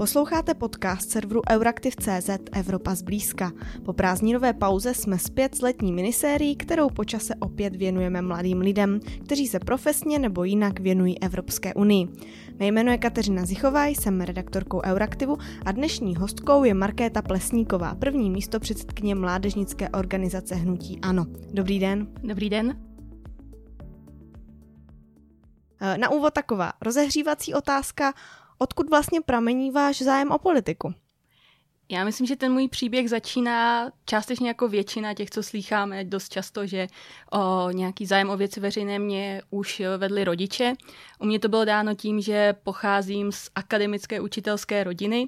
Posloucháte podcast serveru Euraktiv.cz Evropa zblízka. Po prázdninové pauze jsme zpět s letní minisérií, kterou po čase opět věnujeme mladým lidem, kteří se profesně nebo jinak věnují Evropské unii. Mé jméno je Kateřina Zichová, jsem redaktorkou Euraktivu a dnešní hostkou je Markéta Plesníková, první místopředsedkyně mládežnické organizace Hnutí ANO. Dobrý den. Dobrý den. Na úvod taková rozehřívací otázka. Odkud vlastně pramení váš zájem o politiku? Já myslím, že ten můj příběh začíná částečně jako většina těch, co slýcháme dost často, že o nějaký zájem o věci veřejné mě už vedli rodiče. U mě to bylo dáno tím, že pocházím z akademické učitelské rodiny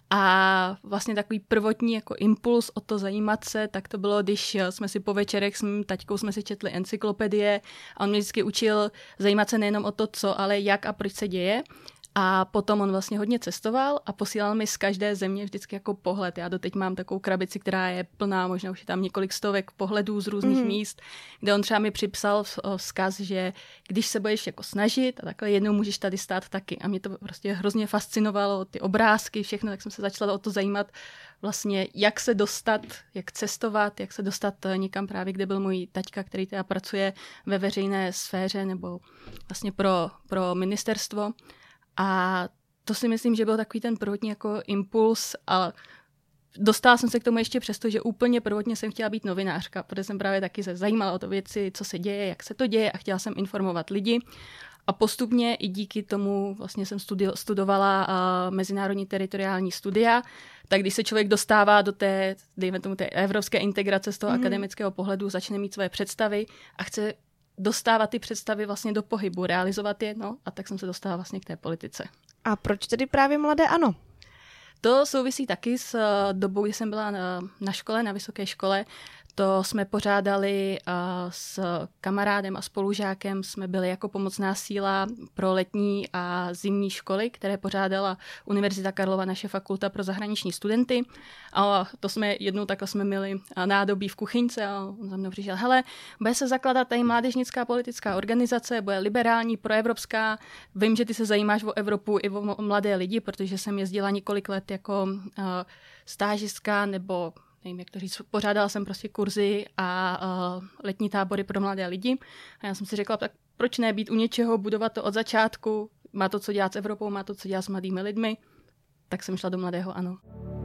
a vlastně takový prvotní jako impuls o to zajímat se, tak to bylo, když jsme si po večerech s mým taťkou jsme si četli encyklopedie a on mě vždycky učil zajímat se nejenom o to, co, ale jak a proč se děje. A potom on vlastně hodně cestoval a posílal mi z každé země vždycky jako pohled. Já doteď mám takovou krabici, která je plná, možná už je tam několik stovek pohledů z různých míst, kde on třeba mi připsal vzkaz, že když se budeš jako snažit a takhle jednou můžeš tady stát taky. A mě to prostě hrozně fascinovalo, ty obrázky, všechno, tak jsem se začala o to zajímat vlastně, jak se dostat, jak cestovat, jak se dostat někam právě, kde byl můj taťka, který teda pracuje ve veřejné sféře nebo vlastně pro ministerstvo. A to si myslím, že byl takový ten prvotní jako impuls, ale dostala jsem se k tomu ještě přesto, že úplně prvotně jsem chtěla být novinářka, protože jsem právě taky se zajímala o to věci, co se děje, jak se to děje a chtěla jsem informovat lidi. A postupně i díky tomu vlastně jsem studovala mezinárodní teritoriální studia, tak když se člověk dostává do té, dejme tomu, té evropské integrace z toho akademického pohledu, začne mít své představy a chce dostávat ty představy vlastně do pohybu, realizovat je, a tak jsem se dostala vlastně k té politice. A proč tedy právě Mladé ANO? To souvisí taky s dobou, kdy jsem byla na škole, na vysoké škole. To jsme pořádali s kamarádem a spolužákem, jsme byli jako pomocná síla pro letní a zimní školy, které pořádala Univerzita Karlova, naše fakulta pro zahraniční studenty. A to jsme jednou takhle jsme měli nádobí v kuchyňce a on za mnou přišel, hele, bude se zakládat tady mládežnická politická organizace, bude liberální, proevropská. Vím, že ty se zajímáš o Evropu i o mladé lidi, protože jsem jezdila několik let jako stážistka nebo nevím, jak to říct, pořádala jsem prostě kurzy a letní tábory pro mladé lidi. A já jsem si řekla, tak proč ne být u něčeho, budovat to od začátku, má to co dělat s Evropou, má to co dělat s mladými lidmi, tak jsem šla do Mladého ANO.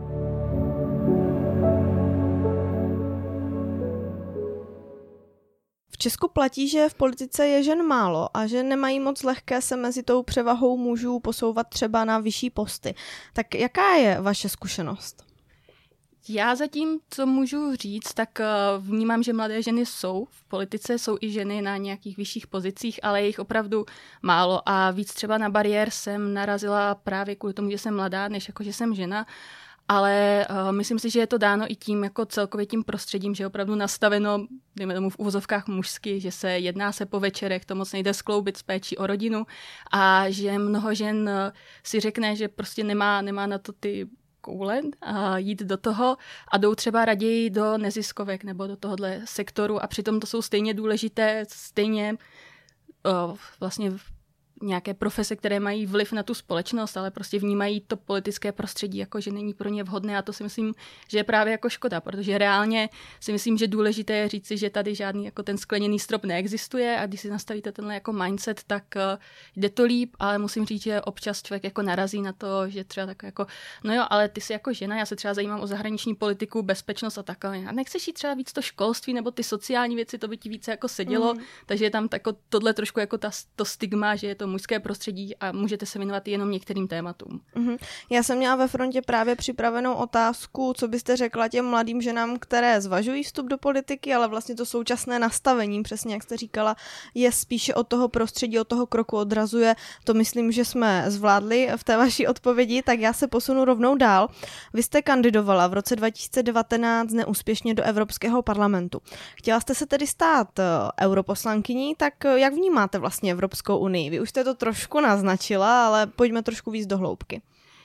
V Česku platí, že v politice je žen málo a že nemají moc lehké se mezi tou převahou mužů posouvat třeba na vyšší posty. Tak jaká je vaše zkušenost? Já zatím, co můžu říct, tak vnímám, že mladé ženy jsou v politice, jsou i ženy na nějakých vyšších pozicích, ale je jich opravdu málo a víc třeba na bariér jsem narazila právě kvůli tomu, že jsem mladá, než jako, že jsem žena. Ale myslím si, že je to dáno i tím jako celkově tím prostředím, že je opravdu nastaveno, dejme tomu v uvozovkách mužsky, že se jedná se po večerech, to moc nejde skloubit s péčí o rodinu a že mnoho žen si řekne, že prostě nemá na to ty koule a jít do toho a jdou třeba raději do neziskovek nebo do tohohle sektoru a přitom to jsou stejně důležité, stejně vlastně nějaké profese, které mají vliv na tu společnost, ale prostě vnímají to politické prostředí jako, že není pro ně vhodné a to si myslím, že je právě jako škoda, protože reálně si myslím, že důležité je říci, že tady žádný jako ten skleněný strop neexistuje a když si nastavíte tenhle jako mindset, tak jde to líp, ale musím říct, že občas člověk jako narazí na to, že třeba tak jako, no jo, ale ty jsi jako žena, já se třeba zajímám o zahraniční politiku, bezpečnost a takhle. A nechceš jít třeba víc to školství nebo ty sociální věci, to by ti více jako sedělo, takže je tam tako, tohle trošku jako to stigma, že je to mužské prostředí a můžete se věnovat jenom některým tématům. Já jsem měla ve frontě právě připravenou otázku, co byste řekla těm mladým ženám, které zvažují vstup do politiky, ale vlastně to současné nastavení, přesně jak jste říkala, je spíše od toho prostředí, od toho kroku odrazuje. To myslím, že jsme zvládli v té vaší odpovědi, tak já se posunu rovnou dál. Vy jste kandidovala v roce 2019 neúspěšně do Evropského parlamentu. Chtěla jste se tedy stát europoslankyní, tak jak vnímáte vlastně Evropskou unii? Vy už jste to trošku naznačila, ale pojďme trošku víc do hloubky.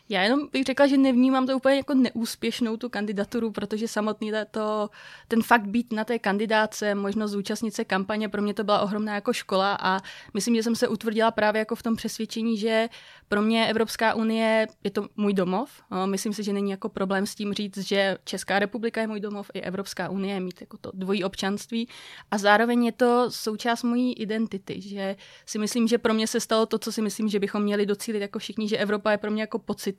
Já jenom bych řekla, že nevnímám to úplně jako neúspěšnou tu kandidaturu, protože samotný ten fakt být na té kandidáce, možnost zúčastnit se kampaně, pro mě to byla ohromná jako škola a myslím, že jsem se utvrdila právě jako v tom přesvědčení, že pro mě Evropská unie je to můj domov. Myslím si, že není jako problém s tím říct, že Česká republika je můj domov i Evropská unie, mít jako to dvojí občanství a zároveň je to součást mojí identity, že si myslím, že pro mě se stalo to, co si myslím, že bychom měli docílit jako všichni, že Evropa je pro mě jako pocitem.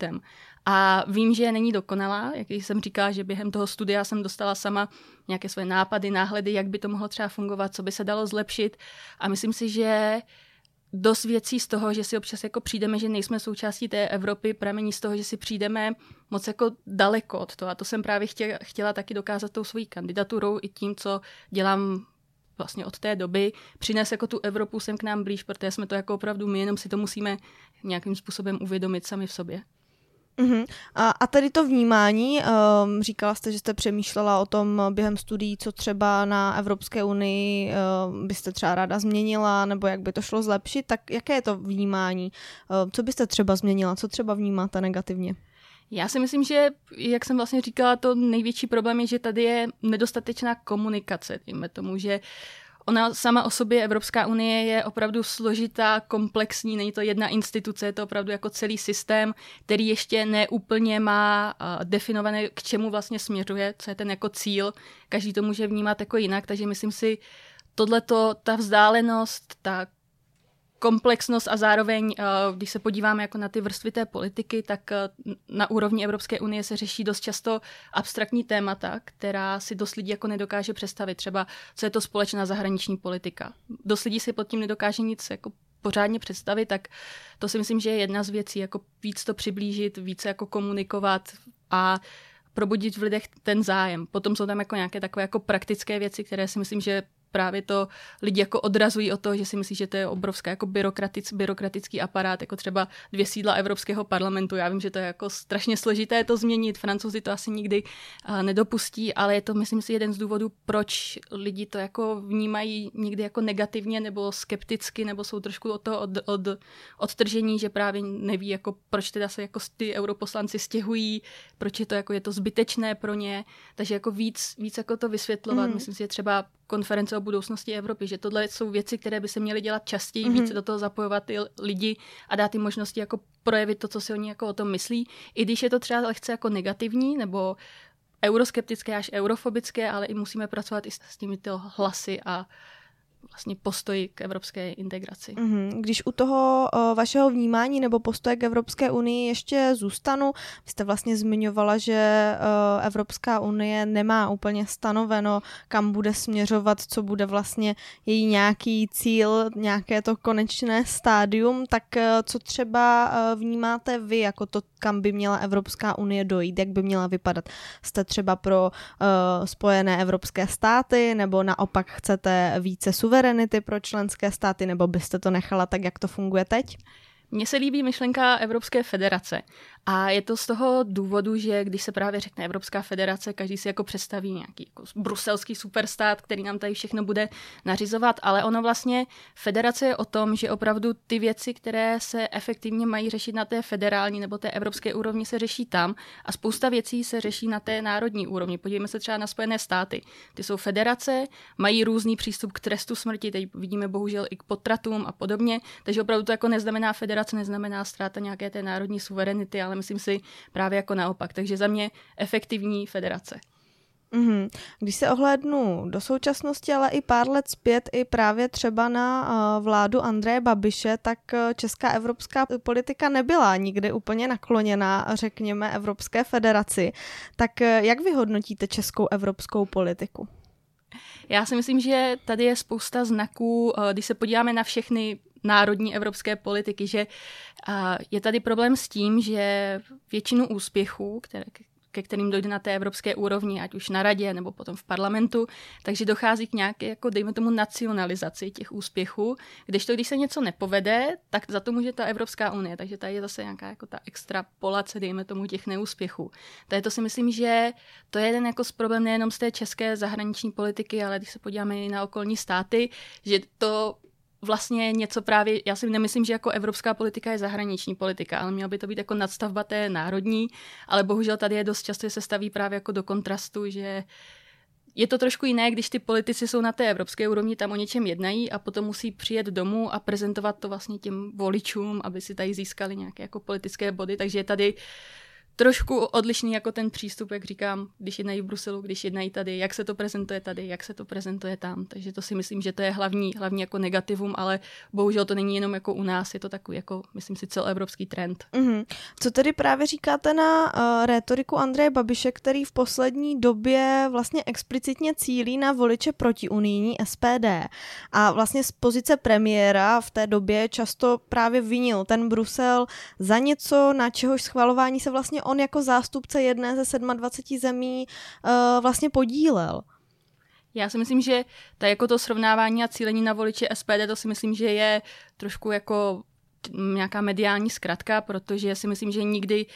A vím, že není dokonalá, jak jsem říkala, že během toho studia jsem dostala sama nějaké své nápady, náhledy, jak by to mohlo třeba fungovat, co by se dalo zlepšit a myslím si, že dost věcí z toho, že si občas jako přijdeme, že nejsme součástí té Evropy, pramení z toho, že si přijdeme moc jako daleko od toho a to jsem právě chtěla taky dokázat tou svojí kandidaturou i tím, co dělám vlastně od té doby, přines jako tu Evropu sem k nám blíž, protože jsme to jako opravdu my, jenom si to musíme nějakým způsobem uvědomit sami v sobě. Uh-huh. A tady to vnímání, říkala jste, že jste přemýšlela o tom během studií, co třeba na Evropské unii byste třeba ráda změnila, nebo jak by to šlo zlepšit, tak jaké je to vnímání? Co byste třeba změnila? Co třeba vnímáte negativně? Já si myslím, že, jak jsem vlastně říkala, to největší problém je, že tady je nedostatečná komunikace. Dejme tomu, že ona sama o sobě, Evropská unie, je opravdu složitá, komplexní, není to jedna instituce, je to opravdu jako celý systém, který ještě neúplně má definované, k čemu vlastně směřuje, co je ten jako cíl. Každý to může vnímat jako jinak, takže myslím si, tohleto, ta vzdálenost, ta komplexnost a zároveň, když se podíváme jako na ty vrstvy té politiky, tak na úrovni Evropské unie se řeší dost často abstraktní témata, která si dost lidí jako nedokáže představit. Třeba, co je to společná zahraniční politika. Dost lidí si pod tím nedokáže nic jako pořádně představit, tak to si myslím, že je jedna z věcí, jako víc to přiblížit, více jako komunikovat a probudit v lidech ten zájem. Potom jsou tam jako nějaké takové jako praktické věci, které si myslím, že právě to lidi jako odrazují od toho, že si myslí, že to je obrovská jako byrokratický aparát, jako třeba 2 sídla Evropského parlamentu. Já vím, že to je jako strašně složité to změnit, Francouzi to asi nikdy nedopustí, ale je to, myslím si, jeden z důvodů, proč lidi to jako vnímají někdy jako negativně nebo skepticky, nebo jsou trošku od toho odtržení, že právě neví, jako proč teda se jako ty europoslanci stěhují, proč je to zbytečné pro ně, takže jako víc jako to vysvětlovat. Myslím si, že třeba konference o budoucnosti Evropy, že tohle jsou věci, které by se měly dělat častěji, více do toho zapojovat ty lidi a dát jim možnosti jako projevit to, co si oni jako o tom myslí, i když je to třeba lehce jako negativní nebo euroskeptické až eurofobické, ale i musíme pracovat i s těmito hlasy a vlastně postoj k evropské integraci. Když u toho vašeho vnímání nebo postoje k Evropské unii ještě zůstanu, vy jste vlastně zmiňovala, že Evropská unie nemá úplně stanoveno, kam bude směřovat, co bude vlastně její nějaký cíl, nějaké to konečné stádium, tak co třeba vnímáte vy jako to, kam by měla Evropská unie dojít, jak by měla vypadat? Jste třeba pro spojené evropské státy, nebo naopak chcete více suverenity pro členské státy, nebo byste to nechala tak, jak to funguje teď? Mně se líbí myšlenka Evropské federace a je to z toho důvodu, že když se právě řekne Evropská federace, každý si jako představí nějaký jako bruselský superstát, který nám tady všechno bude nařizovat, ale ono vlastně federace je o tom, že opravdu ty věci, které se efektivně mají řešit na té federální nebo té evropské úrovni, se řeší tam a spousta věcí se řeší na té národní úrovni. Podívejme se třeba na Spojené státy. Ty jsou federace, mají různý přístup k trestu smrti, teď vidíme bohužel i k potratům a podobně, takže opravdu to jako neznamená federace, neznamená ztráta nějaké té národní suverenity, ale myslím si právě jako naopak. Takže za mě efektivní federace. Když se ohlédnu do současnosti, ale i pár let zpět, i právě třeba na vládu Andreje Babiše, tak česká evropská politika nebyla nikdy úplně nakloněná, řekněme, Evropské federaci. Tak jak vy hodnotíte českou evropskou politiku? Já si myslím, že tady je spousta znaků, když se podíváme na všechny národní evropské politiky, že je tady problém s tím, že většinu úspěchů, ke kterým dojde na té evropské úrovni, ať už na radě nebo potom v parlamentu, takže dochází k nějaké, jako dejme tomu, nacionalizaci těch úspěchů, kdežto když se něco nepovede, tak za to může ta Evropská unie, takže tady je zase nějaká jako ta extrapolace, dejme tomu, těch neúspěchů. Tady to si myslím, že to je jeden jako problém nejenom z té české zahraniční politiky, ale když se podíváme i na okolní státy, že to vlastně něco právě, já si nemyslím, že jako evropská politika je zahraniční politika, ale měla by to být jako nadstavba té národní, ale bohužel tady je dost často, se staví právě jako do kontrastu, že je to trošku jiné, když ty politici jsou na té evropské úrovni, tam o něčem jednají a potom musí přijet domů a prezentovat to vlastně těm voličům, aby si tady získali nějaké jako politické body, takže je tady trošku odlišný jako ten přístup, jak říkám, když jednají v Bruselu, když jednají tady, jak se to prezentuje tady, jak se to prezentuje tam. Takže to si myslím, že to je hlavní jako negativum, ale bohužel to není jenom jako u nás, je to takový jako, myslím si, celoevropský trend. Mm-hmm. Co tedy právě říkáte na rétoriku Andreje Babiše, který v poslední době vlastně explicitně cílí na voliče protiunijní SPD a vlastně z pozice premiéra v té době často právě vinil ten Brusel za něco, na čehož schvalování se vlastně on jako zástupce jedné ze 27 zemí vlastně podílel. Já si myslím, že jako to srovnávání a cílení na voliče SPD, to si myslím, že je trošku jako nějaká mediální zkratka, protože si myslím, že nikdy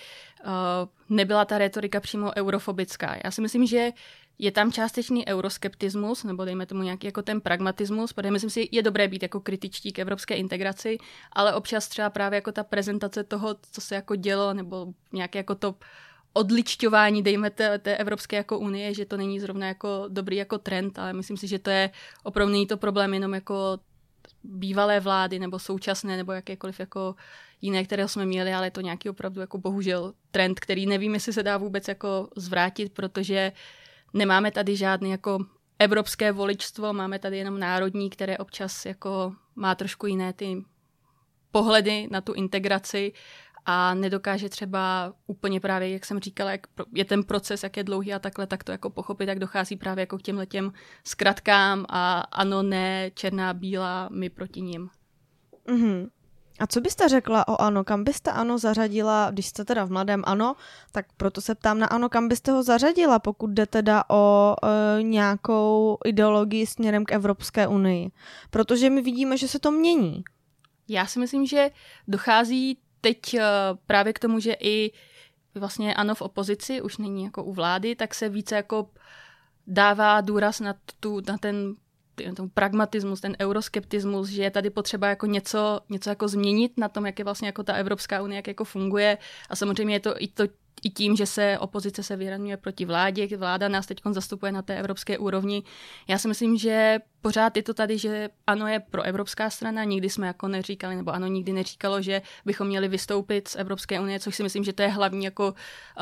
nebyla ta retorika přímo eurofobická. Já si myslím, že je tam částečný euroskeptismus, nebo dejme tomu nějaký jako ten pragmatismus, protože myslím si, je dobré být jako kritičtí k evropské integraci, ale občas třeba právě jako ta prezentace toho, co se jako dělo, nebo nějaké jako to odličťování, dejme té Evropské jako unie, že to není zrovna jako dobrý jako trend, ale myslím si, že to je opravdu není to problém jenom jako bývalé vlády, nebo současné, nebo jakékoliv jako jiné, které jsme měli, ale je to nějaký opravdu jako bohužel trend, který nevím, jestli se dá vůbec jako zvrátit, protože nemáme tady žádné jako evropské voličstvo, máme tady jenom národní, které občas jako má trošku jiné ty pohledy na tu integraci a nedokáže třeba úplně právě, jak jsem říkala, jak je ten proces, jak je dlouhý a takhle, tak to jako pochopit, tak dochází právě jako k těmhletěm zkratkám a ano, ne, černá, bílá, my proti nim. Mm-hmm. A co byste řekla o ANO? Kam byste ANO zařadila, když jste teda v Mladém ANO, tak proto se ptám na ANO, kam byste ho zařadila, pokud jde teda o nějakou ideologii směrem k Evropské unii? Protože my vidíme, že se to mění. Já si myslím, že dochází teď právě k tomu, že i vlastně ANO v opozici, už není jako u vlády, tak se více jako dává důraz na ten pragmatismus, ten euroskeptismus, že je tady potřeba jako něco jako změnit na tom, jak je vlastně jako ta Evropská unie, jak jako funguje. A samozřejmě je to i tím, že se opozice se vyhraňuje proti vládě, vláda nás teď zastupuje na té evropské úrovni. Já si myslím, že pořád je to tady, že ANO je proevropská strana, nikdy jsme jako neříkali, nebo ANO nikdy neříkalo, že bychom měli vystoupit z Evropské unie, což si myslím, že to je hlavní jako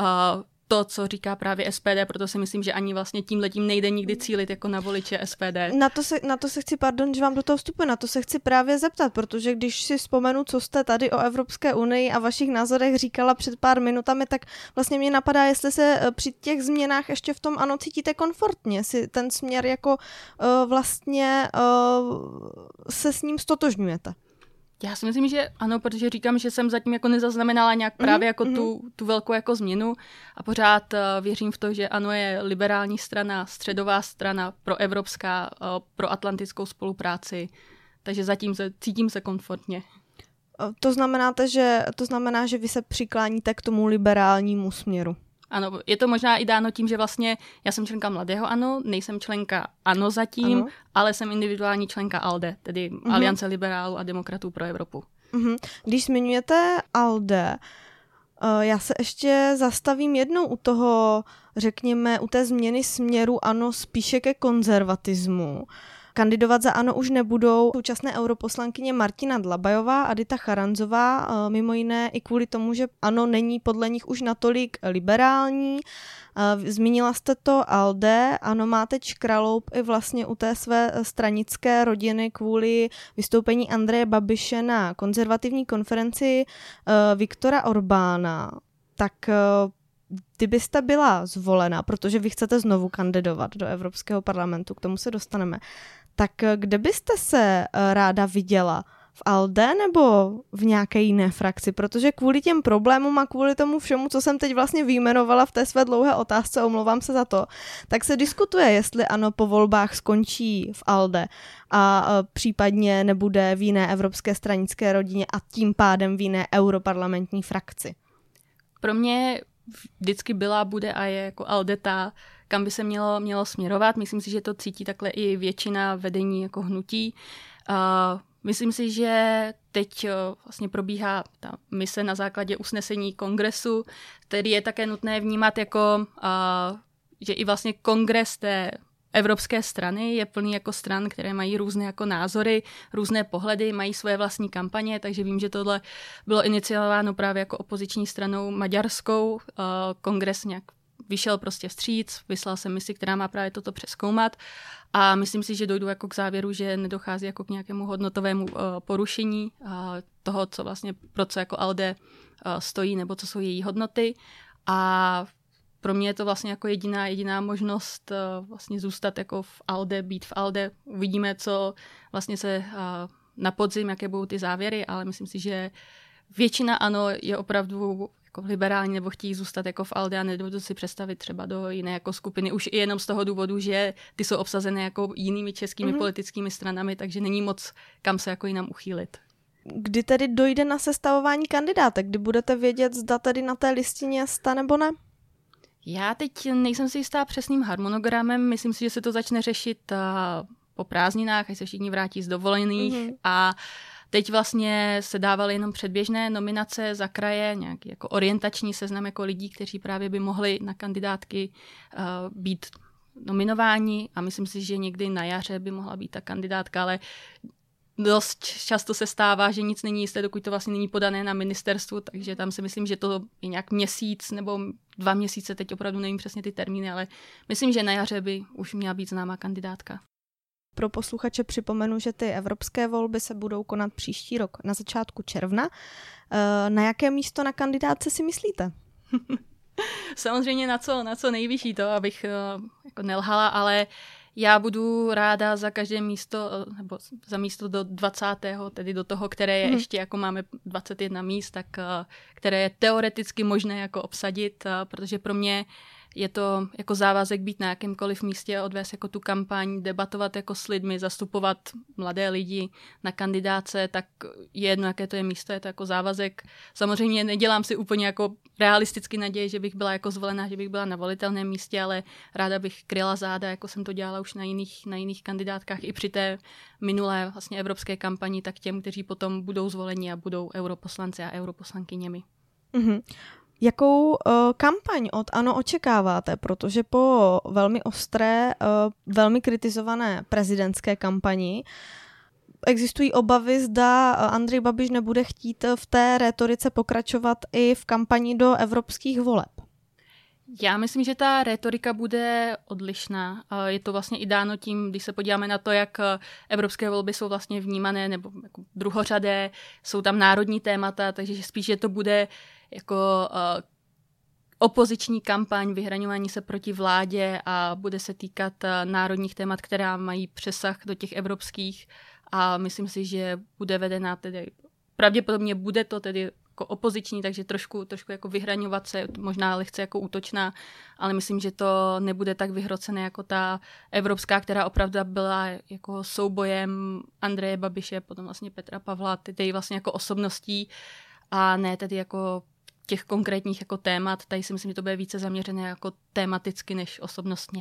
to, co říká právě SPD, proto si myslím, že ani vlastně tímhletím nejde nikdy cílit jako na voliče SPD. Na to se chci, pardon, že vám do toho vstupuji, na to se chci právě zeptat, protože když si vzpomenu, co jste tady o Evropské unii a vašich názorech říkala před pár minutami, tak vlastně mě napadá, jestli se při těch změnách ještě v tom ANO cítíte komfortně, si ten směr jako vlastně se s ním stotožňujete. Já si myslím, že ano, protože říkám, že jsem zatím jako nezaznamenala nějak právě jako tu velkou jako změnu a pořád věřím v to, že ANO je liberální strana, středová strana, proevropská, pro atlantickou spolupráci, takže zatím cítím se komfortně. To znamená, že vy se přikláníte k tomu liberálnímu směru. Ano, je to možná i dáno tím, že vlastně já jsem členka Mladého ANO, nejsem členka ANO zatím, ale jsem individuální členka ALDE, tedy Aliance liberálů a demokratů pro Evropu. Když zmiňujete ALDE, já se ještě zastavím jednou u toho, řekněme, u té změny směru ANO spíše ke konzervatismu. Kandidovat za ANO už nebudou současné europoslankyně Martina Dlabajová a Dita Charanzová, mimo jiné i kvůli tomu, že ANO není podle nich už natolik liberální. Zmínila jste to ALDE, ANO má teď škraloup i vlastně u té své stranické rodiny kvůli vystoupení Andreje Babiše na konzervativní konferenci Viktora Orbána. Tak kdybyste byla zvolena, protože vy chcete znovu kandidovat do Evropského parlamentu, k tomu se dostaneme, tak kde byste se ráda viděla? V ALDE nebo v nějaké jiné frakci? Protože kvůli těm problémům a kvůli tomu všemu, co jsem teď vlastně vyjmenovala v té své dlouhé otázce, omlouvám se za to, tak se diskutuje, jestli ANO po volbách skončí v ALDE a případně nebude v jiné evropské stranické rodině a tím pádem v jiné europarlamentní frakci. Pro mě vždycky byla, bude a je jako ALDE ta, kam by se mělo směrovat. Myslím si, že to cítí takhle i většina vedení jako hnutí. myslím si, že teď vlastně probíhá ta mise na základě usnesení kongresu, který je také nutné vnímat jako, že i vlastně kongres té evropské strany je plný jako stran, které mají různé jako názory, různé pohledy, mají svoje vlastní kampaně, takže vím, že tohle bylo iniciováno právě jako opoziční stranou maďarskou. Kongres nějak vyšel prostě vstříc, vyslal jsem misi, která má právě toto přezkoumat a myslím si, že dojdu jako k závěru, že nedochází jako k nějakému hodnotovému porušení toho, co vlastně pro co jako ALDE stojí nebo co jsou její hodnoty a pro mě je to vlastně jako jediná možnost vlastně zůstat jako v ALDE, být v ALDE. Uvidíme, co vlastně se na podzim, jaké budou ty závěry, ale myslím si, že většina ano je opravdu jako liberální nebo chtějí zůstat jako v ALDE a nedovedu si představit třeba do jiné jako skupiny. Už i jenom z toho důvodu, že ty jsou obsazené jako jinými českými politickými stranami, takže není moc kam se jako jinam uchýlit. Kdy tedy dojde na sestavování kandidátek? Kdy budete vědět, zda tedy na té listině jste nebo ne? Já teď nejsem si jistá přesným harmonogramem, myslím si, že se to začne řešit po prázdninách, až se všichni vrátí z dovolených a teď vlastně se dávaly jenom předběžné nominace za kraje, nějaký jako orientační seznam jako lidí, kteří právě by mohli na kandidátky být nominováni a myslím si, že někdy na jaře by mohla být ta kandidátka, ale dost často se stává, že nic není jisté, dokud to vlastně není podané na ministerstvu, takže tam si myslím, že to je nějak měsíc nebo 2 měsíce, teď opravdu nevím přesně ty termíny, ale myslím, že na jaře by už měla být známá kandidátka. Pro posluchače připomenu, že ty evropské volby se budou konat příští rok na začátku června. Na jaké místo na kandidátce si myslíte? Samozřejmě na co nejvyšší to, abych jako nelhala, ale já budu ráda za každé místo, nebo za místo do 20., tedy do toho, které je ještě, jako máme 21 míst, tak které je teoreticky možné jako obsadit, protože pro mě je to jako závazek být na jakémkoliv místě, odvést jako tu kampaň, debatovat jako s lidmi, zastupovat mladé lidi na kandidáce, tak je jedno, jaké to je místo, je to jako závazek. Samozřejmě nedělám si úplně jako realisticky naději, že bych byla jako zvolená, že bych byla na volitelném místě, ale ráda bych kryla záda, jako jsem to dělala už na jiných kandidátkách i při té minulé vlastně evropské kampani, tak těm, kteří potom budou zvoleni a budou europoslanci a europoslankyněmi. Jakou kampaň od ANO očekáváte? Protože po velmi ostré, velmi kritizované prezidentské kampani existují obavy, zda Andrej Babiš nebude chtít v té rétorice pokračovat i v kampani do evropských voleb. Já myslím, že ta rétorika bude odlišná. Je to vlastně i dáno tím, když se podíváme na to, jak evropské volby jsou vlastně vnímané nebo jako druhořadé, jsou tam národní témata, takže spíše to bude jako opoziční kampaň, vyhraňování se proti vládě a bude se týkat národních témat, která mají přesah do těch evropských a myslím si, že bude vedená tedy, pravděpodobně bude to tedy jako opoziční, takže trošku jako vyhraňovat se, možná lehce jako útočná, ale myslím, že to nebude tak vyhrocené jako ta evropská, která opravdu byla jako soubojem Andreje Babiše, potom vlastně Petra Pavla, tedy vlastně jako osobností a ne tedy jako těch konkrétních jako témat. Tady si myslím, že to bude více zaměřené jako tematicky než osobnostně.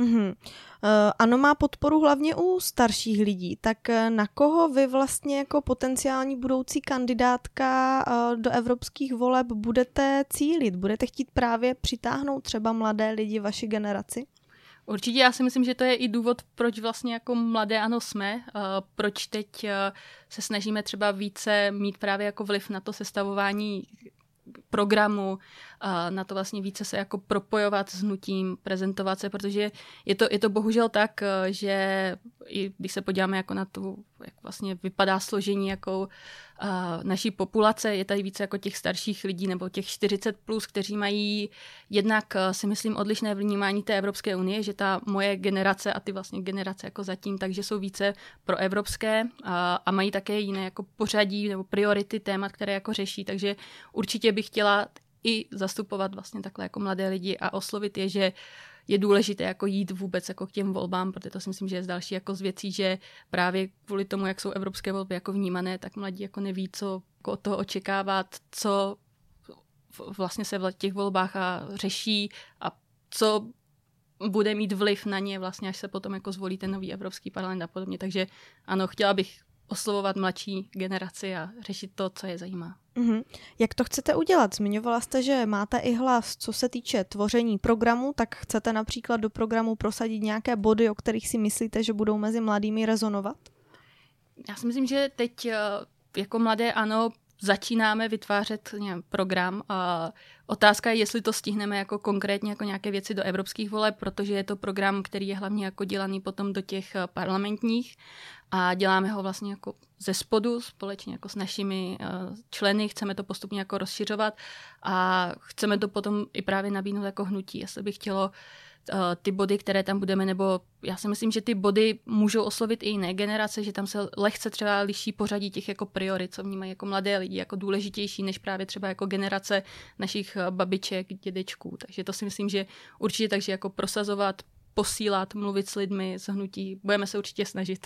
ANO má podporu hlavně u starších lidí, tak na koho vy vlastně jako potenciální budoucí kandidátka do evropských voleb budete cílit? Budete chtít právě přitáhnout třeba mladé lidi vaši generaci? Určitě já si myslím, že to je i důvod, proč vlastně jako mladé ANO jsme, proč teď se snažíme třeba více mít právě jako vliv na to sestavování programu, na to vlastně více se jako propojovat s hnutím, prezentovat se, protože je to bohužel tak, že i když se podíváme jako na to, jak vlastně vypadá složení jako naší populace, je tady více jako těch starších lidí nebo těch 40+, kteří mají jednak si myslím odlišné vnímání té Evropské unie, že ta moje generace a ty vlastně generace jako zatím, takže jsou více proevropské a mají také jiné jako pořadí nebo priority témat, které jako řeší, takže určitě bych chtěla i zastupovat vlastně takhle jako mladé lidi a oslovit je, že je důležité jako jít vůbec jako k těm volbám, protože to si myslím, že je z další jako z věcí, že právě kvůli tomu, jak jsou evropské volby jako vnímané, tak mladí jako neví, co jako od toho očekávat, co vlastně se v těch volbách řeší a co bude mít vliv na ně vlastně, až se potom jako zvolí ten nový Evropský parlament a podobně. Takže ano, chtěla bych oslovovat mladší generaci a řešit to, co je zajímá. Jak to chcete udělat? Zmiňovala jste, že máte i hlas, co se týče tvoření programu, tak chcete například do programu prosadit nějaké body, o kterých si myslíte, že budou mezi mladými rezonovat? Já si myslím, že teď jako Mladé ANO začínáme vytvářet program. Otázka je, jestli to stihneme jako konkrétně jako nějaké věci do evropských voleb, protože je to program, který je hlavně jako dělaný potom do těch parlamentních a děláme ho vlastně jako ze spodu společně jako s našimi členy, chceme to postupně jako rozšiřovat a chceme to potom i právě nabídnout jako hnutí, jestli by chtělo ty body, které tam budeme, nebo já si myslím, že ty body můžou oslovit i jiné generace, že tam se lehce třeba liší pořadí těch jako priorit, co vnímají jako mladé lidi, jako důležitější než právě třeba jako generace našich babiček, dědečků. Takže to si myslím, že určitě takže jako prosazovat, posílat, mluvit s lidmi z hnutí, budeme se určitě snažit.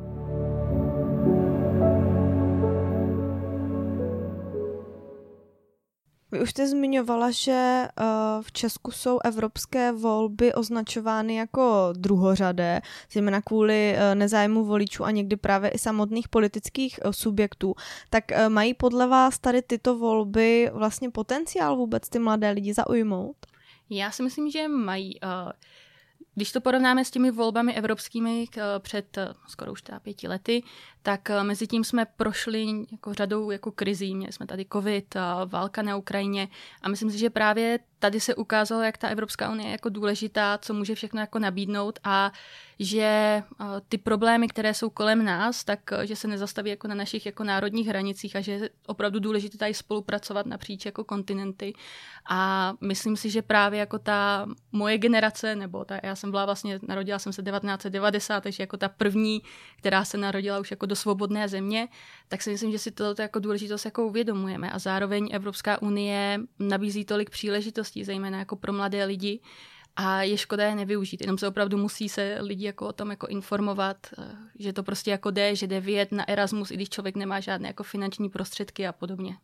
Vy už jste zmiňovala, že v Česku jsou evropské volby označovány jako druhořadé, zejména kvůli nezájmu voličů a někdy právě i samotných politických subjektů. Tak mají podle vás tady tyto volby vlastně potenciál vůbec ty mladé lidi zaujmout? Já si myslím, že mají. Když to porovnáme s těmi volbami evropskými před skoro už 5 lety, tak mezi tím jsme prošli jako řadou jako krizí. Měli jsme tady covid, válka na Ukrajině a myslím si, že právě tady se ukázalo, jak ta Evropská unie je jako důležitá, co může všechno jako nabídnout a že ty problémy, které jsou kolem nás, tak že se nezastaví jako na našich jako národních hranicích a že je opravdu důležité tady spolupracovat napříč jako kontinenty. A myslím si, že právě jako ta moje generace, nebo já jsem byla vlastně, narodila jsem se 1990, takže jako ta první, která se narodila už jako do svobodné země, tak si myslím, že si tohle jako důležitost jako uvědomujeme a zároveň Evropská unie nabízí tolik příležitostí, zejména jako pro mladé lidi a je škoda je nevyužít, jenom se opravdu musí se lidi jako o tom jako informovat, že to prostě jako jde, že jde vyjet na Erasmus, i když člověk nemá žádné jako finanční prostředky a podobně.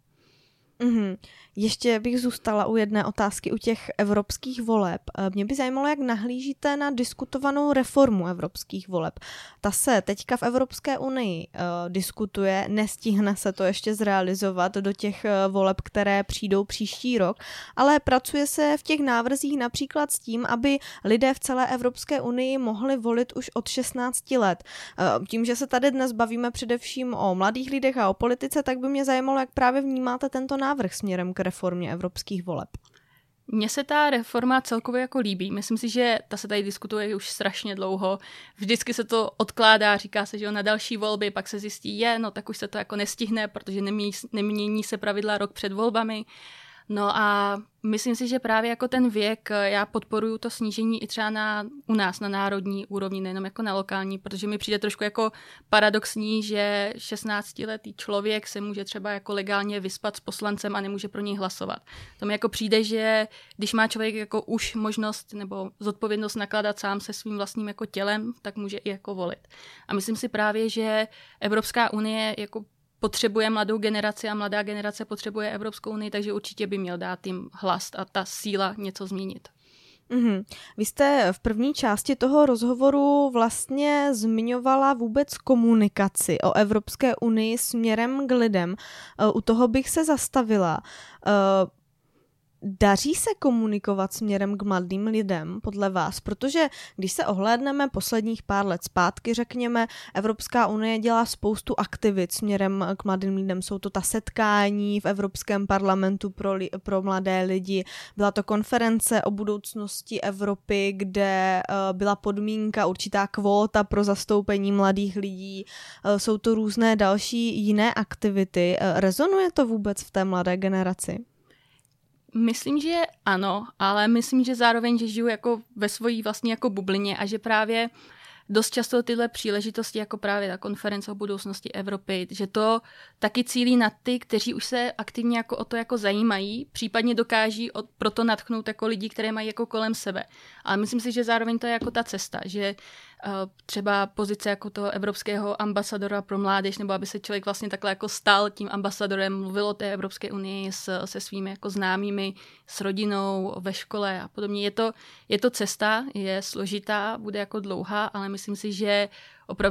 Ještě bych zůstala u jedné otázky u těch evropských voleb. Mě by zajímalo, jak nahlížíte na diskutovanou reformu evropských voleb. Ta se teďka v Evropské unii diskutuje, nestihne se to ještě zrealizovat do těch voleb, které přijdou příští rok, ale pracuje se v těch návrzích například s tím, aby lidé v celé Evropské unii mohli volit už od 16 let. Tím, že se tady dnes bavíme především o mladých lidech a o politice, tak by mě zajímalo, jak právě vnímáte tento návrh směrem k reformě evropských voleb. Mně se ta reforma celkově jako líbí. Myslím si, že ta se tady diskutuje už strašně dlouho. Vždycky se to odkládá, říká se, že na další volby, pak se zjistí, tak už se to jako nestihne, protože nemění se pravidla rok před volbami. No a myslím si, že právě jako ten věk, já podporuju to snížení i třeba u nás na národní úrovni, nejenom jako na lokální, protože mi přijde trošku jako paradoxní, že 16letý člověk se může třeba jako legálně vyspat s poslancem a nemůže pro něj hlasovat. To mi jako přijde, že když má člověk jako už možnost nebo zodpovědnost nakládat sám se svým vlastním jako tělem, tak může i jako volit. A myslím si právě, že Evropská unie jako potřebuje mladou generaci a mladá generace potřebuje Evropskou unii, takže určitě by měl dát jim hlas a ta síla něco změnit. Vy jste v první části toho rozhovoru vlastně zmiňovala vůbec komunikaci o Evropské unii směrem k lidem. U toho bych se zastavila. Daří se komunikovat směrem k mladým lidem podle vás? Protože když se ohlédneme posledních pár let zpátky, řekněme, Evropská unie dělá spoustu aktivit směrem k mladým lidem. Jsou to ta setkání v Evropském parlamentu pro mladé lidi. Byla to konference o budoucnosti Evropy, kde byla podmínka, určitá kvóta pro zastoupení mladých lidí. Jsou to různé další jiné aktivity. Rezonuje to vůbec v té mladé generaci? Myslím, že ano, ale myslím, že zároveň, že žiju jako ve svojí vlastní jako bublině a že právě dost často tyhle příležitosti, jako právě ta konference o budoucnosti Evropy, že to taky cílí na ty, kteří už se aktivně jako o to jako zajímají, případně dokáží proto nadchnout jako lidi, které mají jako kolem sebe. Ale myslím si, že zároveň to je jako ta cesta, že třeba pozice jako toho evropského ambasadora pro mládež, nebo aby se člověk vlastně takhle jako stal tím ambasadorem, mluvil o té Evropské unii se svými jako známými, s rodinou, ve škole a podobně. Je to cesta, je složitá, bude jako dlouhá, ale myslím si, že opravdu jako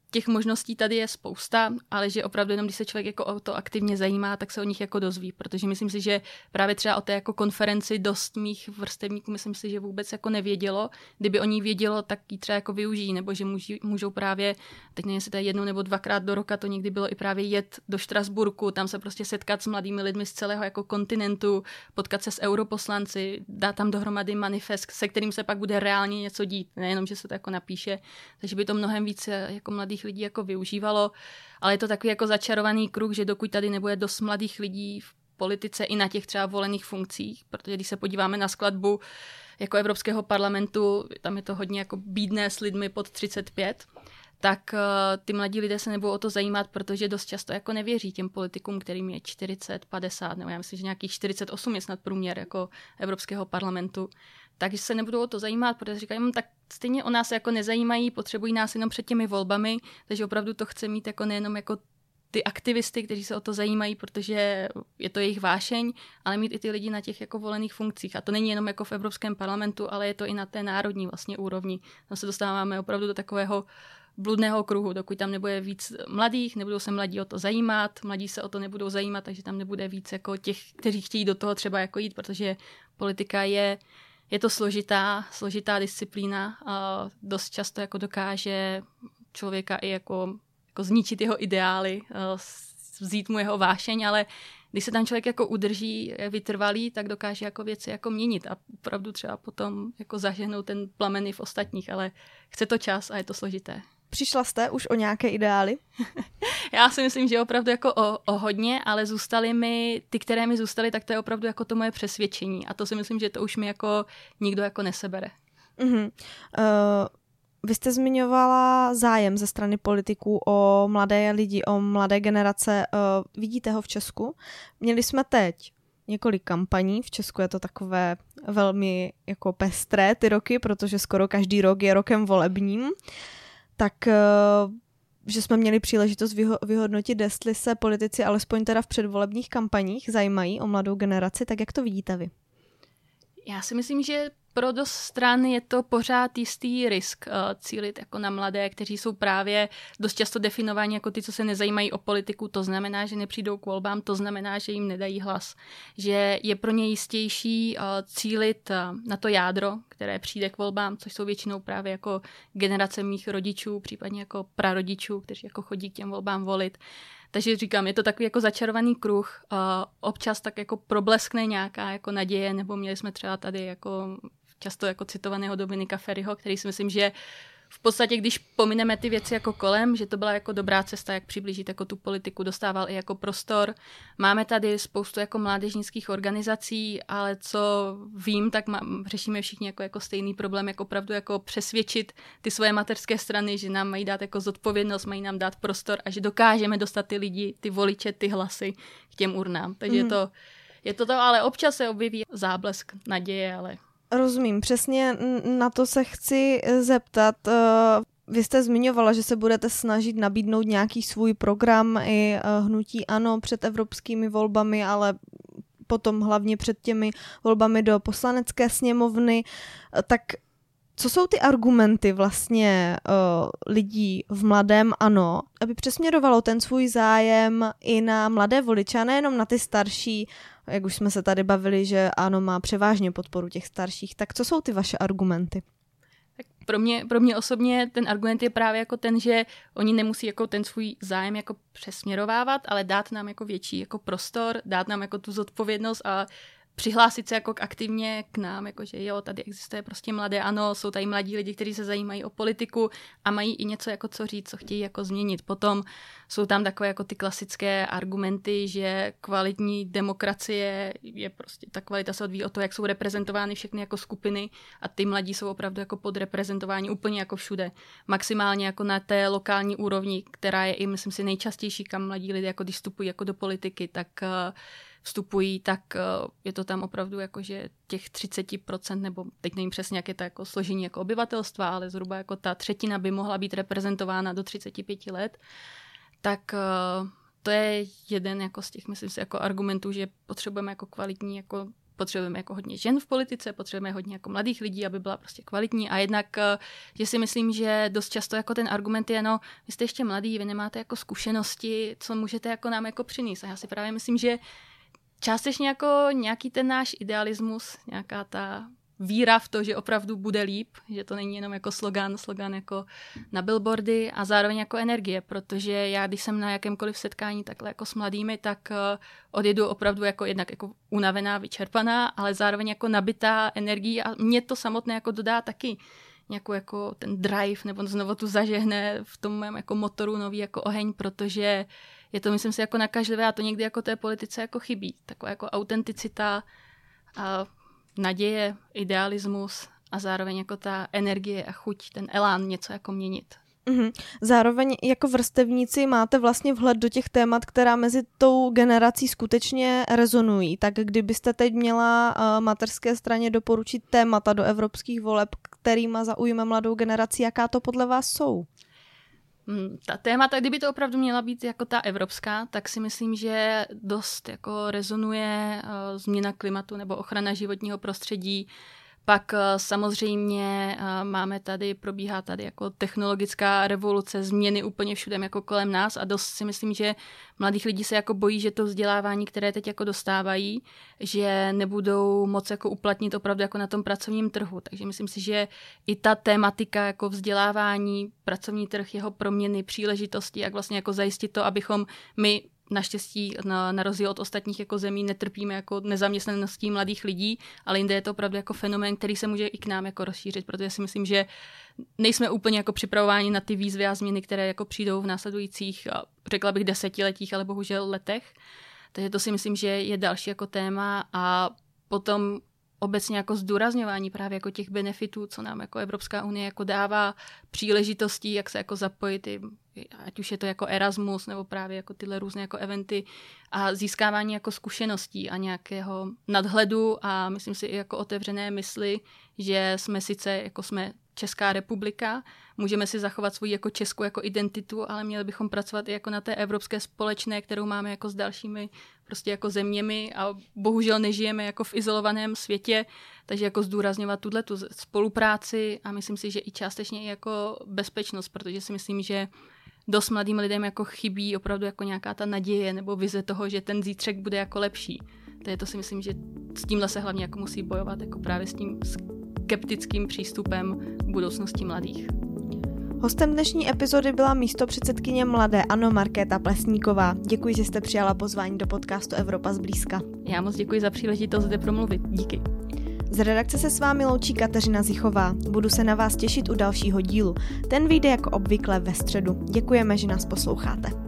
těch možností tady je spousta, ale že opravdu jenom, když se člověk jako o to aktivně zajímá, tak se o nich jako dozví, protože myslím si, že právě třeba o té jako konferenci dost mých vrstevníků, myslím si, že vůbec jako nevědělo. Kdyby o ní vědělo, tak ji třeba jako využijí, nebo že můžou právě, teď nevím, jestli to je 1 nebo 2krát do roka, to někdy bylo i právě jet do Štrasburku, tam se prostě setkat s mladými lidmi z celého jako kontinentu, potkat se s europoslanci, dát tam dohromady manifest, se kterým se pak bude reálně něco dít, nejenom, že se to jako napíše, takže by to mnohem víc jako mladých lidí jako využívalo, ale je to takový jako začarovaný kruh, že dokud tady nebude dost mladých lidí v politice i na těch třeba volených funkcích, protože když se podíváme na skladbu jako Evropského parlamentu, tam je to hodně jako bídné s lidmi pod 35, tak ty mladí lidé se nebudou o to zajímat, protože dost často jako nevěří těm politikům, kterým je 40, 50, nebo já myslím, že nějakých 48 je snad průměr jako Evropského parlamentu. Takže se nebudou o to zajímat, protože říkají, tak stejně o nás jako nezajímají, potřebují nás jenom před těmi volbami, takže opravdu to chce mít jako nejenom jako ty aktivisty, kteří se o to zajímají, protože je to jejich vášeň, ale mít i ty lidi na těch jako volených funkcích. A to není jenom jako v Evropském parlamentu, ale je to i na té národní vlastně úrovni. Tam se dostáváme opravdu do takového bludného kruhu, dokud tam nebude víc mladých, nebudou se mladí o to zajímat, mladí se o to nebudou zajímat, takže tam nebude víc jako těch, kteří chtějí do toho třeba jako jít, protože politika je to složitá disciplína a dost často jako dokáže člověka i jako zničit jeho ideály, vzít mu jeho vášeň, ale když se tam člověk jako udrží vytrvalý, tak dokáže jako věci jako měnit a opravdu třeba potom jako zažehnout ten plamen i v ostatních, ale chce to čas a je to složité. Přišla jste už o nějaké ideály? Já si myslím, že opravdu jako o hodně, ale zůstaly mi, ty, které mi zůstaly, tak to je opravdu jako to moje přesvědčení a to si myslím, že to už mi jako nikdo jako nesebere. Vy jste zmiňovala zájem ze strany politiků o mladé lidi, o mladé generace. Vidíte ho v Česku? Měli jsme teď několik kampaní. V Česku je to takové velmi jako pestré ty roky, protože skoro každý rok je rokem volebním. Tak že jsme měli příležitost vyhodnotit, jestli se politici alespoň teda v předvolebních kampaních zajímají o mladou generaci, tak jak to vidíte vy? Já si myslím, že pro dost stran je to pořád jistý risk cílit jako na mladé, kteří jsou právě dost často definováni jako ty, co se nezajímají o politiku. To znamená, že nepřijdou k volbám, to znamená, že jim nedají hlas. Že je pro ně jistější cílit na to jádro, které přijde k volbám, což jsou většinou právě jako generace mých rodičů, případně jako prarodičů, kteří jako chodí k těm volbám volit. Takže říkám, je to takový jako začarovaný kruh. Občas tak jako probleskne nějaká jako naděje, nebo měli jsme třeba tady jako často jako citovaného Dominika Feriho, který si myslím, že v podstatě, když pomineme ty věci jako kolem, že to byla jako dobrá cesta, jak přiblížit jako tu politiku, dostával i jako prostor. Máme tady spoustu jako mládežnických organizací, ale co vím, tak řešíme všichni jako stejný problém, jako opravdu jako přesvědčit ty svoje mateřské strany, že nám mají dát jako zodpovědnost, mají nám dát prostor a že dokážeme dostat ty lidi, ty voliče, ty hlasy k těm urnám. Takže je to, ale občas se objeví záblesk naděje, ale... Rozumím, přesně na to se chci zeptat. Vy jste zmiňovala, že se budete snažit nabídnout nějaký svůj program i hnutí ANO před evropskými volbami, ale potom hlavně před těmi volbami do poslanecké sněmovny. Tak co jsou ty argumenty vlastně lidí v mladém ANO, aby přesměrovalo ten svůj zájem i na mladé voliče a nejenom na ty starší, jak už jsme se tady bavili, že ANO má převážně podporu těch starších. Tak co jsou ty vaše argumenty? Tak pro mě osobně ten argument je právě jako ten, že oni nemusí jako ten svůj zájem jako přesměrovávat, ale dát nám jako větší jako prostor, dát nám jako tu zodpovědnost a přihlásit se jako aktivně k nám, jakože jo, tady existuje prostě mladé ANO, jsou tady mladí lidi, kteří se zajímají o politiku a mají i něco jako co říct, co chtějí jako změnit. Potom jsou tam takové jako ty klasické argumenty, že kvalitní demokracie je prostě, ta kvalita se odvíjí od toho, jak jsou reprezentovány všechny jako skupiny a ty mladí jsou opravdu jako podreprezentováni úplně jako všude. Maximálně jako na té lokální úrovni, která je i, myslím si, nejčastější, kam mladí lidé jako když vstupují jako do politiky, tak vstupují, tak je to tam opravdu jako, že těch 30%, nebo teď nevím přesně, jak je to jako složení jako obyvatelstva, ale zhruba jako ta třetina by mohla být reprezentována do 35 let, tak to je jeden jako z těch, myslím si, jako argumentů, že potřebujeme jako kvalitní jako potřebujeme jako hodně žen v politice, potřebujeme hodně jako mladých lidí, aby byla prostě kvalitní a jednak, že si myslím, že dost často jako ten argument je, no, vy jste ještě mladí, vy nemáte jako zkušenosti, co můžete jako nám jako přinést. A já si právě myslím, že částečně jako nějaký ten náš idealismus, nějaká ta víra v to, že opravdu bude líp, že to není jenom jako slogan jako na billboardy a zároveň jako energie, protože já, když jsem na jakémkoliv setkání takhle jako s mladými, tak odjedu opravdu jako jednak jako unavená, vyčerpaná, ale zároveň jako nabitá energií a mě to samotné jako dodá taky nějakou jako ten drive nebo znovu tu zažehne v tom mém jako motoru nový jako oheň, protože je to, myslím si, jako nakažlivé a to někdy jako té politice jako chybí. Taková jako autenticita a naděje, idealismus a zároveň jako ta energie a chuť, ten elán něco jako měnit. Zároveň jako vrstevníci máte vlastně vhled do těch témat, která mezi tou generací skutečně rezonují. Tak kdybyste teď měla mateřské straně doporučit témata do evropských voleb, kterýma zaujme mladou generaci, jaká to podle vás jsou? Ta témata, kdyby to opravdu měla být jako ta evropská, tak si myslím, že dost jako rezonuje změna klimatu nebo ochrana životního prostředí. Pak samozřejmě probíhá tady jako technologická revoluce, změny úplně všude jako kolem nás a dost si myslím, že mladých lidí se jako bojí, že to vzdělávání, které teď jako dostávají, že nebudou moc jako uplatnit opravdu jako na tom pracovním trhu. Takže myslím si, že i ta tematika jako vzdělávání, pracovní trh, jeho proměny, příležitosti, jak vlastně jako zajistit to, abychom my naštěstí na rozdíl od ostatních jako zemí netrpíme jako nezaměstnaností mladých lidí, ale jinde je to opravdu jako fenomén, který se může i k nám jako rozšířit, protože si myslím, že nejsme úplně jako připravováni na ty výzvy a změny, které jako přijdou v následujících, řekla bych, desetiletích, ale bohužel letech. Takže to si myslím, že je další jako téma a potom obecně jako zdůrazňování právě jako těch benefitů, co nám jako Evropská unie jako dává, příležitostí, jak se jako zapojit, ať už je to jako Erasmus nebo právě jako tyhle různé jako eventy a získávání jako zkušeností a nějakého nadhledu a myslím si i jako otevřené mysli, že jsme sice jako jsme Česká republika, můžeme si zachovat svou jako českou jako identitu, ale měli bychom pracovat i jako na té evropské společné, kterou máme jako s dalšími prostě jako zeměmi a bohužel nežijeme jako v izolovaném světě, takže jako zdůrazňovat tu spolupráci a myslím si, že i částečně i jako bezpečnost, protože si myslím, že dost mladým lidem jako chybí opravdu jako nějaká ta naděje nebo vize toho, že ten zítřek bude jako lepší. Takže to si myslím, že s tímhle se hlavně jako musí bojovat jako právě s tím skeptickým přístupem k budoucnosti mladých. Hostem dnešní epizody byla místopředsedkyně Mladé ANO Markéta Plesníková. Děkuji, že jste přijala pozvání do podcastu Evropa zblízka. Já moc děkuji za příležitost zde promluvit. Díky. Z redakce se s vámi loučí Kateřina Zichová. Budu se na vás těšit u dalšího dílu. Ten vyjde jako obvykle ve středu. Děkujeme, že nás posloucháte.